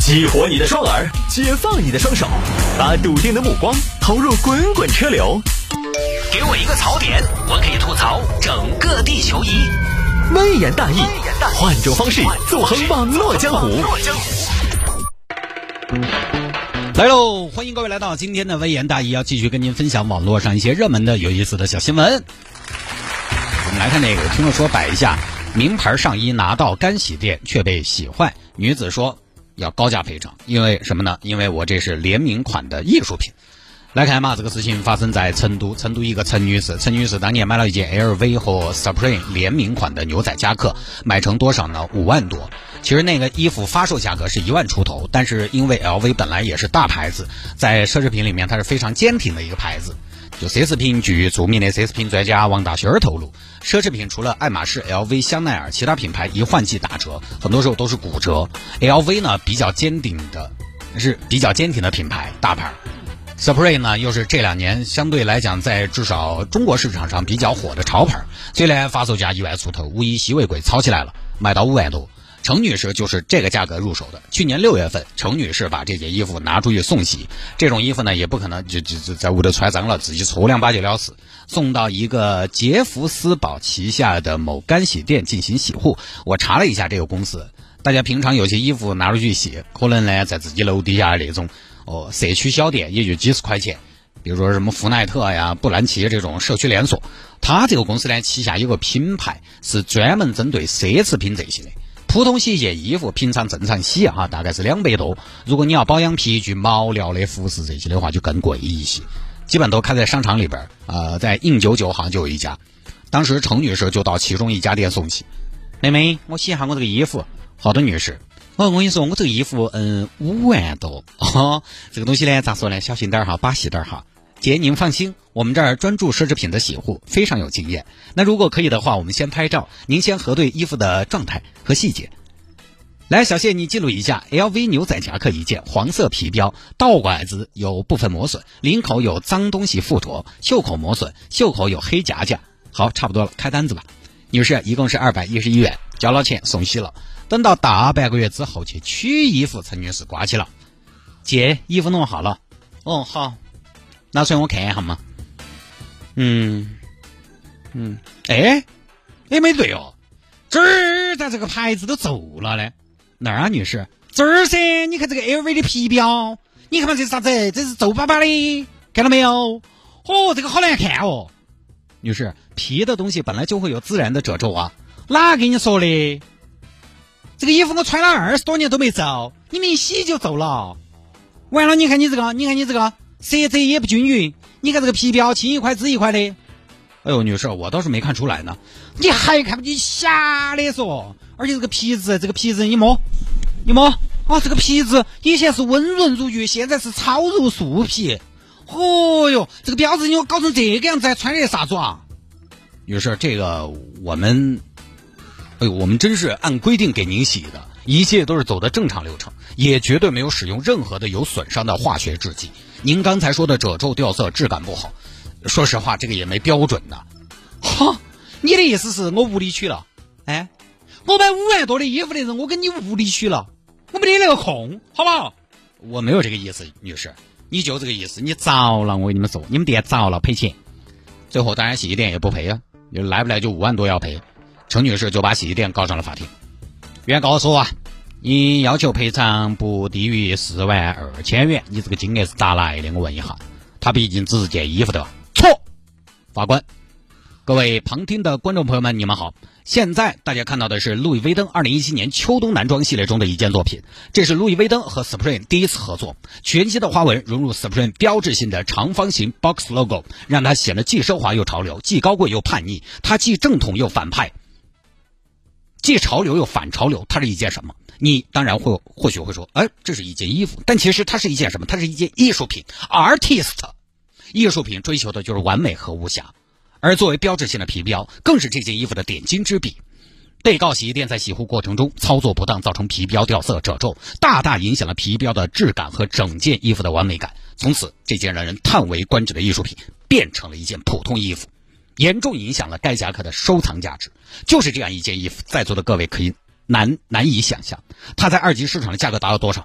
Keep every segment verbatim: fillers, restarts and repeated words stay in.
激活你的双耳，解放你的双手，把笃定的目光投入滚滚车流。给我一个槽点，我可以吐槽整个地球仪。微言大义，换种方式纵横网络江湖。 来喽，欢迎各位来到今天的微言大义，要继续跟您分享网络上一些热门的有意思的小新闻。我们来看这个，听说摆一下名牌上衣拿到干洗店却被洗坏，女子说要高价赔偿，因为什么呢？因为我这是联名款的艺术品。来看嘛，这个事情发生在成都，成都一个陈女士，陈女士当年买了一件 L V 和 Supreme 联名款的牛仔夹克，买成多少呢？五万多。其实那个衣服发售价格是一万出头，但是因为 L V 本来也是大牌子，在奢侈品里面它是非常坚挺的一个牌子。就奢侈品据著名的奢侈品专家王大轩透露，奢侈品除了爱马仕、L V、香奈儿，其他品牌一换季打折，很多时候都是骨折。L V 呢比较坚定的，是比较坚挺的品牌大牌。Supreme 呢，又是这两年相对来讲在至少中国市场上比较火的潮牌，虽然发售价一万出头，无疑稀为贵，炒起来了，卖到五万多。程女士就是这个价格入手的。去年六月份，程女士把这件衣服拿出去送洗，这种衣服呢也不可能就就就在屋头穿脏了，自己搓两把就了事，送到一个杰弗斯堡旗下的某干洗店进行洗护。我查了一下这个公司，大家平常有些衣服拿出去洗，可能呢在自己楼底下那种哦社区小店也就几十块钱，比如说什么福奈特呀、布兰奇这种社区连锁。他这个公司呢旗下有个品牌是专门针对奢侈品这些的。普通洗一件衣服，平常正常洗哈，大概是两百多。如果你要保养皮具、毛料的服饰这些的话，就更贵一些。基本都开在商场里边，呃，在应九九好像就有一家。当时程女士就到其中一家店送洗。妹妹，我洗一下我这个衣服。好的，女士。我我跟你说，我这个衣服嗯五万多。哦，这个东西呢咋说呢？小心点哈，把戏点哈。姐您放心，我们这儿专注奢侈品的洗护，非常有经验。那如果可以的话，我们先拍照，您先核对衣服的状态和细节。来，小谢你记录一下 L V 牛仔夹克一件，黄色皮标，倒拐子有部分磨损，领口有脏东西附着，袖口磨损，袖口有黑夹夹。好，差不多了，开单子吧。女士，一共是二百一十一元，交了钱送洗了。等到大半个月之后去取衣服，陈女士挂起了。姐，衣服弄好了。哦，好。拿出来我看一下嘛。嗯嗯，哎哎没对哦，这儿在这个牌子都皱了嘞。哪儿啊，女士？这儿噻，你看这个 L V 的皮标，你看嘛这是啥子？这是皱巴巴的，看到没有？哦，这个好难看哦。女士，皮的东西本来就会有自然的褶皱啊。哪跟你说的？这个衣服我穿了二十多年都没皱，你们一洗就皱了。完了，你看你这个，你看你这个。色泽也不均匀，你看这个皮标青一块紫一块的。哎呦，女士，我倒是没看出来呢。你还看不你瞎的说。而且这个皮子，这个皮子你摸，你摸啊，这个皮子以前是温润如玉，现在是糙如树皮。哦哟，这个标志你我搞成这个样子，还穿的啥子啊？女士，这个我们，哎呦，我们真是按规定给您洗的，一切都是走的正常流程，也绝对没有使用任何的有损伤的化学制剂。您刚才说的褶皱掉色质感不好，说实话这个也没标准的。哈，你的意思是我无理取了？哎，我买五万多的衣服的人，我跟你无理取了，我没得那个空，好不好？我没有这个意思，女士，你就这个意思，你糟了，我跟你们说，你们店糟了，赔钱。最后当然洗衣店也不赔啊，你来不来就五万多要赔。程女士就把洗衣店告上了法庭。原告说啊，你要求赔偿不低于四万二千元，你这个金额是咋来的？我问一下，他毕竟只是件衣服的。错，法官，各位旁听的观众朋友们，你们好。现在大家看到的是路易威登二零一七年秋冬男装系列中的一件作品，这是路易威登和 Supreme 第一次合作，全新的花纹融入 Supreme 标志性的长方形 box logo， 让它显得既奢华又潮流，既高贵又叛逆，它既正统又反派。既潮流又反潮流，它是一件什么？你当然会或许会说，哎，这是一件衣服，但其实它是一件什么？它是一件艺术品 ，artist。艺术品追求的就是完美和无瑕，而作为标志性的皮标，更是这件衣服的点睛之笔。被告洗衣店在洗护过程中操作不当，造成皮标掉色褶皱，大大影响了皮标的质感和整件衣服的完美感。从此，这件让人叹为观止的艺术品变成了一件普通衣服。严重影响了该夹克的收藏价值。就是这样一件衣服，在座的各位可以难难以想象，它在二级市场的价格达到多少？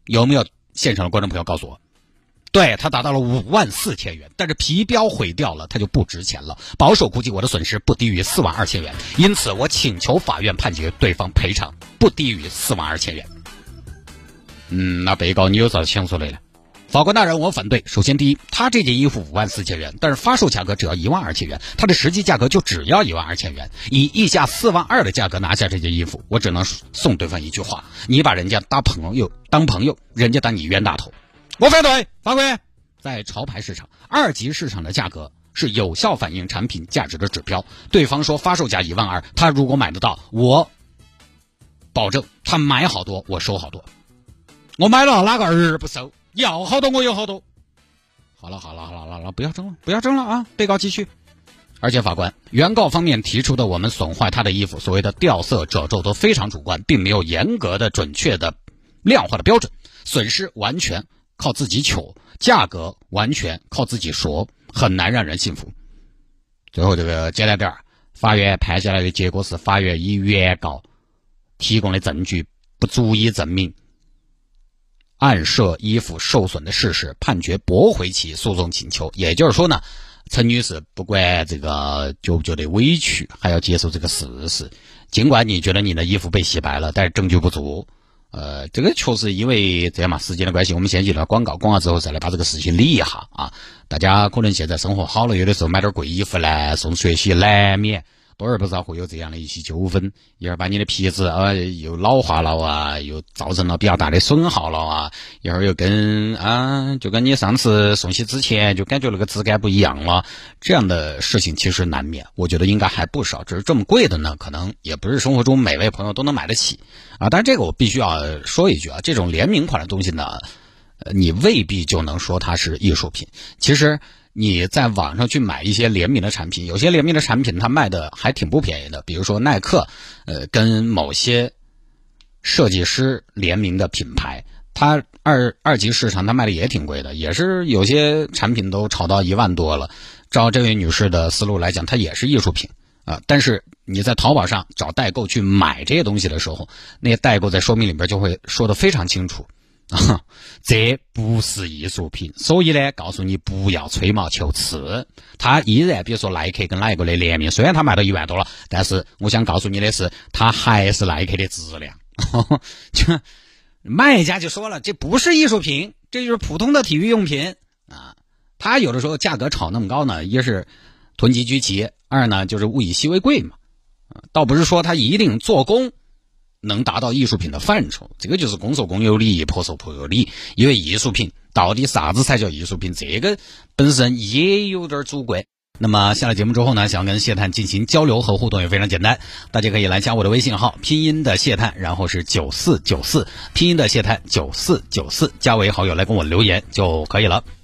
有没有现场的观众朋友告诉我？对，它达到了五万四千元，但是皮标毁掉了，它就不值钱了。保守估计我的损失不低于四万二千元，因此我请求法院判决对方赔偿不低于四万二千元。嗯，那被告你有啥想说的呢？法官大人，我反对。首先，第一，他这件衣服五万四千元，但是发售价格只要一万二千元，它的实际价格就只要一万二千元。以溢价四万二的价格拿下这件衣服，我只能送对方一句话：你把人家当朋友当朋友，人家当你冤大头。我反对。法官，在潮牌市场，二级市场的价格是有效反映产品价值的指标。对方说发售价一万二，他如果买得到，我保证他买好多，我收好多。我买了哪个儿不收？要好多我有好多。好了好了好了好了，不要争了不要争了啊！被告继续。而且法官，原告方面提出的我们损坏他的衣服所谓的掉色褶皱都非常主观，并没有严格的准确的量化的标准，损失完全靠自己求，价格完全靠自己说，很难让人信服。最后这个简单点儿，法院判下来的结果是法院以原告提供的证据不足以证明暗设衣服受损的事实，判决驳回其诉讼请求。也就是说呢，陈女士不管这个觉不觉得委屈，还要接受这个事实。尽管你觉得你的衣服被洗白了，但是证据不足。呃，这个确实因为这样嘛，时间的关系，我们先进了广告，广告之后再来把这个事情理一下啊。大家可能现在生活好了，有的时候买点贵衣服来送学习，难免多而不少会有这样的一些纠纷，一会儿把你的皮子啊又老化了啊，又造成了比较大的损耗了啊，一会儿又跟啊就跟你上次送洗之前就感觉那个质感不一样了，这样的事情其实难免，我觉得应该还不少，只是这么贵的呢，可能也不是生活中每位朋友都能买得起啊。但是这个我必须要说一句啊，这种联名款的东西呢，你未必就能说它是艺术品。其实你在网上去买一些联名的产品，有些联名的产品它卖的还挺不便宜的，比如说耐克呃，跟某些设计师联名的品牌，它二二级市场它卖的也挺贵的，也是有些产品都炒到一万多了。照这位女士的思路来讲，它也是艺术品啊、呃。但是你在淘宝上找代购去买这些东西的时候，那些代购在说明里边就会说得非常清楚啊，这不是艺术品，所以呢，告诉你不要吹毛求疵。他依然比如说耐克跟哪一个的联名，虽然他卖到一万多了，但是我想告诉你的是，他还是耐克的质量。就卖家就说了，这不是艺术品，这就是普通的体育用品啊。他有的时候价格炒那么高呢，一是囤积居奇，二呢就是物以稀为贵嘛。倒不是说他一定做工能达到艺术品的范畴，这个就是公说公有理，婆说婆有理。因为艺术品到底啥子才叫艺术品，这个本身也有点主观。那么下了节目之后呢，想跟谢探进行交流和互动也非常简单，大家可以来加我的微信号，拼音的谢探，然后是九四九四，拼音的谢探九四九四，加为好友来跟我留言就可以了。